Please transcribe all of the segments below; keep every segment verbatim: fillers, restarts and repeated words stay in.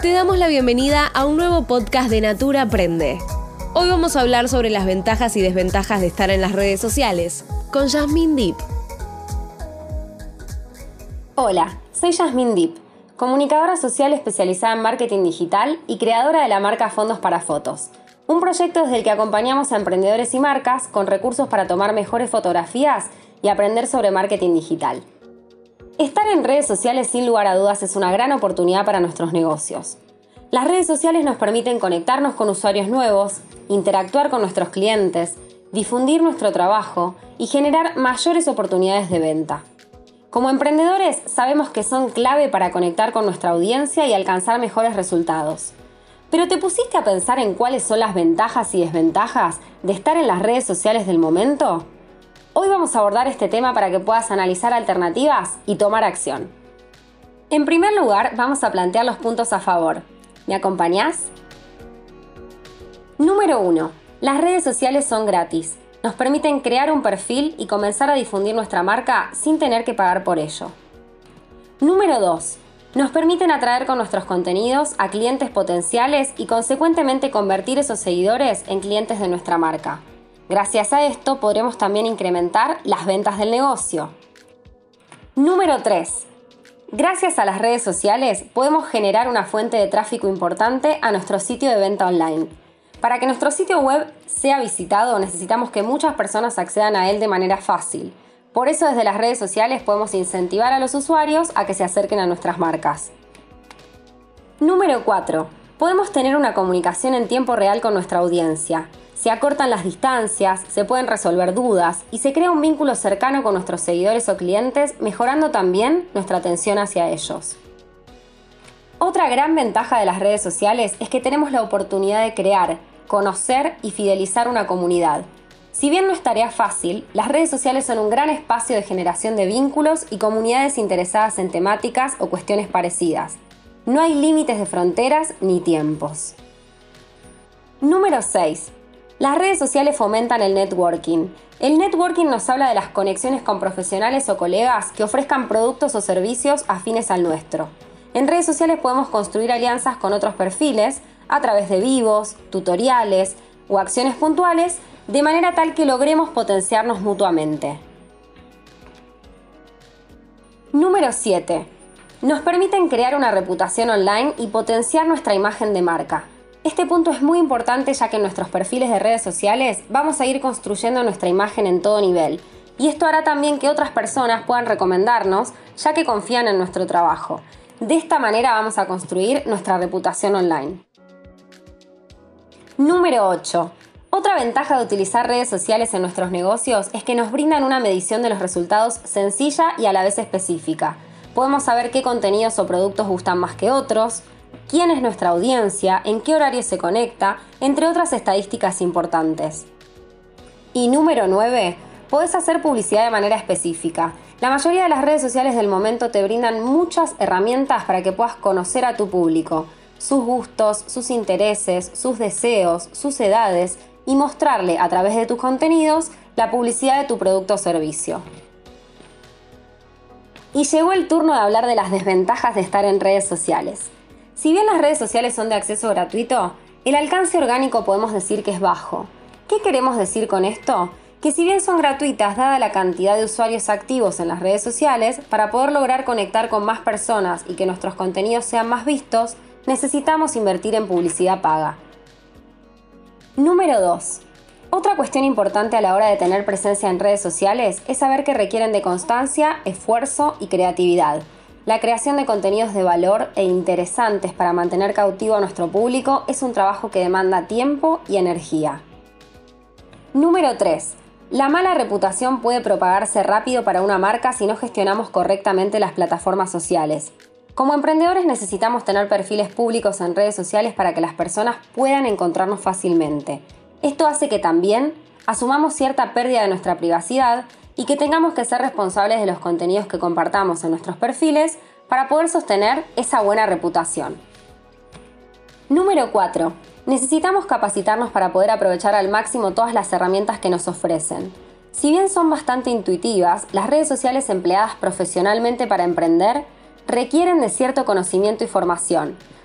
Te damos la bienvenida a un nuevo podcast de Natura Aprende. Hoy vamos a hablar sobre las ventajas y desventajas de estar en las redes sociales, con Yasmín Dip. Hola, soy Yasmín Dip, comunicadora social especializada en marketing digital y creadora de la marca Fondos para Fotos, un proyecto desde el que acompañamos a emprendedores y marcas con recursos para tomar mejores fotografías y aprender sobre marketing digital. Estar en redes sociales sin lugar a dudas es una gran oportunidad para nuestros negocios. Las redes sociales nos permiten conectarnos con usuarios nuevos, interactuar con nuestros clientes, difundir nuestro trabajo y generar mayores oportunidades de venta. Como emprendedores sabemos que son clave para conectar con nuestra audiencia y alcanzar mejores resultados. ¿Pero te pusiste a pensar en cuáles son las ventajas y desventajas de estar en las redes sociales del momento? Hoy vamos a abordar este tema para que puedas analizar alternativas y tomar acción. En primer lugar, vamos a plantear los puntos a favor. ¿Me acompañás? Número uno. Las redes sociales son gratis. Nos permiten crear un perfil y comenzar a difundir nuestra marca sin tener que pagar por ello. Número dos. Nos permiten atraer con nuestros contenidos a clientes potenciales y consecuentemente convertir esos seguidores en clientes de nuestra marca. Gracias a esto podremos también incrementar las ventas del negocio. Número tres. Gracias a las redes sociales podemos generar una fuente de tráfico importante a nuestro sitio de venta online. Para que nuestro sitio web sea visitado necesitamos que muchas personas accedan a él de manera fácil. Por eso desde las redes sociales podemos incentivar a los usuarios a que se acerquen a nuestras marcas. Número cuatro. Podemos tener una comunicación en tiempo real con nuestra audiencia. Se acortan las distancias, se pueden resolver dudas y se crea un vínculo cercano con nuestros seguidores o clientes, mejorando también nuestra atención hacia ellos. Otra gran ventaja de las redes sociales es que tenemos la oportunidad de crear, conocer y fidelizar una comunidad. Si bien no es tarea fácil, las redes sociales son un gran espacio de generación de vínculos y comunidades interesadas en temáticas o cuestiones parecidas. No hay límites de fronteras ni tiempos. Número seis. Las redes sociales fomentan el networking. El networking nos habla de las conexiones con profesionales o colegas que ofrezcan productos o servicios afines al nuestro. En redes sociales podemos construir alianzas con otros perfiles a través de vivos, tutoriales o acciones puntuales, de manera tal que logremos potenciarnos mutuamente. Número siete. Nos permiten crear una reputación online y potenciar nuestra imagen de marca. Este punto es muy importante ya que en nuestros perfiles de redes sociales vamos a ir construyendo nuestra imagen en todo nivel, y esto hará también que otras personas puedan recomendarnos ya que confían en nuestro trabajo. De esta manera vamos a construir nuestra reputación online. Número ocho. Otra ventaja de utilizar redes sociales en nuestros negocios es que nos brindan una medición de los resultados sencilla y a la vez específica. Podemos saber qué contenidos o productos gustan más que otros, quién es nuestra audiencia, en qué horario se conecta, entre otras estadísticas importantes. Y número nueve. Podés hacer publicidad de manera específica. La mayoría de las redes sociales del momento te brindan muchas herramientas para que puedas conocer a tu público, sus gustos, sus intereses, sus deseos, sus edades y mostrarle a través de tus contenidos la publicidad de tu producto o servicio. Y llegó el turno de hablar de las desventajas de estar en redes sociales. Si bien las redes sociales son de acceso gratuito, el alcance orgánico podemos decir que es bajo. ¿Qué queremos decir con esto? Que si bien son gratuitas, dada la cantidad de usuarios activos en las redes sociales, para poder lograr conectar con más personas y que nuestros contenidos sean más vistos, necesitamos invertir en publicidad paga. Número dos. Otra cuestión importante a la hora de tener presencia en redes sociales es saber que requieren de constancia, esfuerzo y creatividad. La creación de contenidos de valor e interesantes para mantener cautivo a nuestro público es un trabajo que demanda tiempo y energía. Número tres. La mala reputación puede propagarse rápido para una marca si no gestionamos correctamente las plataformas sociales. Como emprendedores necesitamos tener perfiles públicos en redes sociales para que las personas puedan encontrarnos fácilmente. Esto hace que también asumamos cierta pérdida de nuestra privacidad y que tengamos que ser responsables de los contenidos que compartamos en nuestros perfiles para poder sostener esa buena reputación. Número cuatro. Necesitamos capacitarnos para poder aprovechar al máximo todas las herramientas que nos ofrecen. Si bien son bastante intuitivas, las redes sociales empleadas profesionalmente para emprender requieren de cierto conocimiento y formación.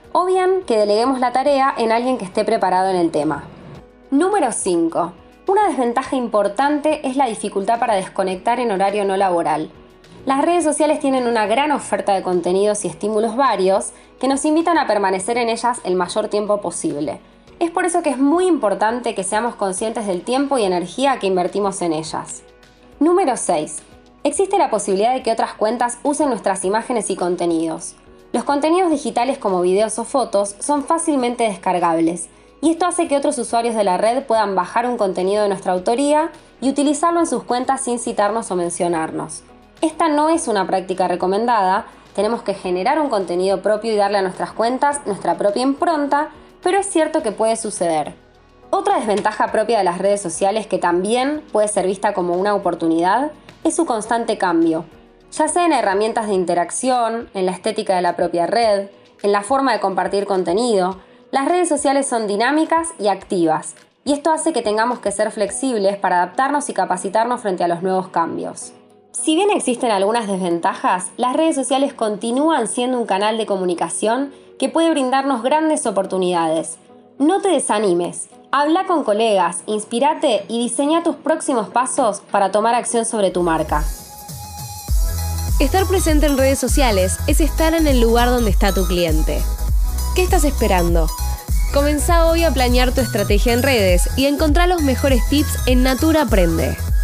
o bien que deleguemos la tarea en alguien que esté preparado en el tema. Número cinco. Una desventaja importante es la dificultad para desconectar en horario no laboral. Las redes sociales tienen una gran oferta de contenidos y estímulos varios que nos invitan a permanecer en ellas el mayor tiempo posible. Es por eso que es muy importante que seamos conscientes del tiempo y energía que invertimos en ellas. Número seis. Existe la posibilidad de que otras cuentas usen nuestras imágenes y contenidos. Los contenidos digitales como videos o fotos son fácilmente descargables, y esto hace que otros usuarios de la red puedan bajar un contenido de nuestra autoría y utilizarlo en sus cuentas sin citarnos o mencionarnos. Esta no es una práctica recomendada, tenemos que generar un contenido propio y darle a nuestras cuentas nuestra propia impronta, pero es cierto que puede suceder. Otra desventaja propia de las redes sociales que también puede ser vista como una oportunidad es su constante cambio, ya sea en herramientas de interacción, en la estética de la propia red, en la forma de compartir contenido. Las redes sociales son dinámicas y activas, y esto hace que tengamos que ser flexibles para adaptarnos y capacitarnos frente a los nuevos cambios. Si bien existen algunas desventajas, las redes sociales continúan siendo un canal de comunicación que puede brindarnos grandes oportunidades. No te desanimes, habla con colegas, inspírate y diseña tus próximos pasos para tomar acción sobre tu marca. Estar presente en redes sociales es estar en el lugar donde está tu cliente. ¿Qué estás esperando? Comenzá hoy a planear tu estrategia en redes y encontrá los mejores tips en Natura Aprende.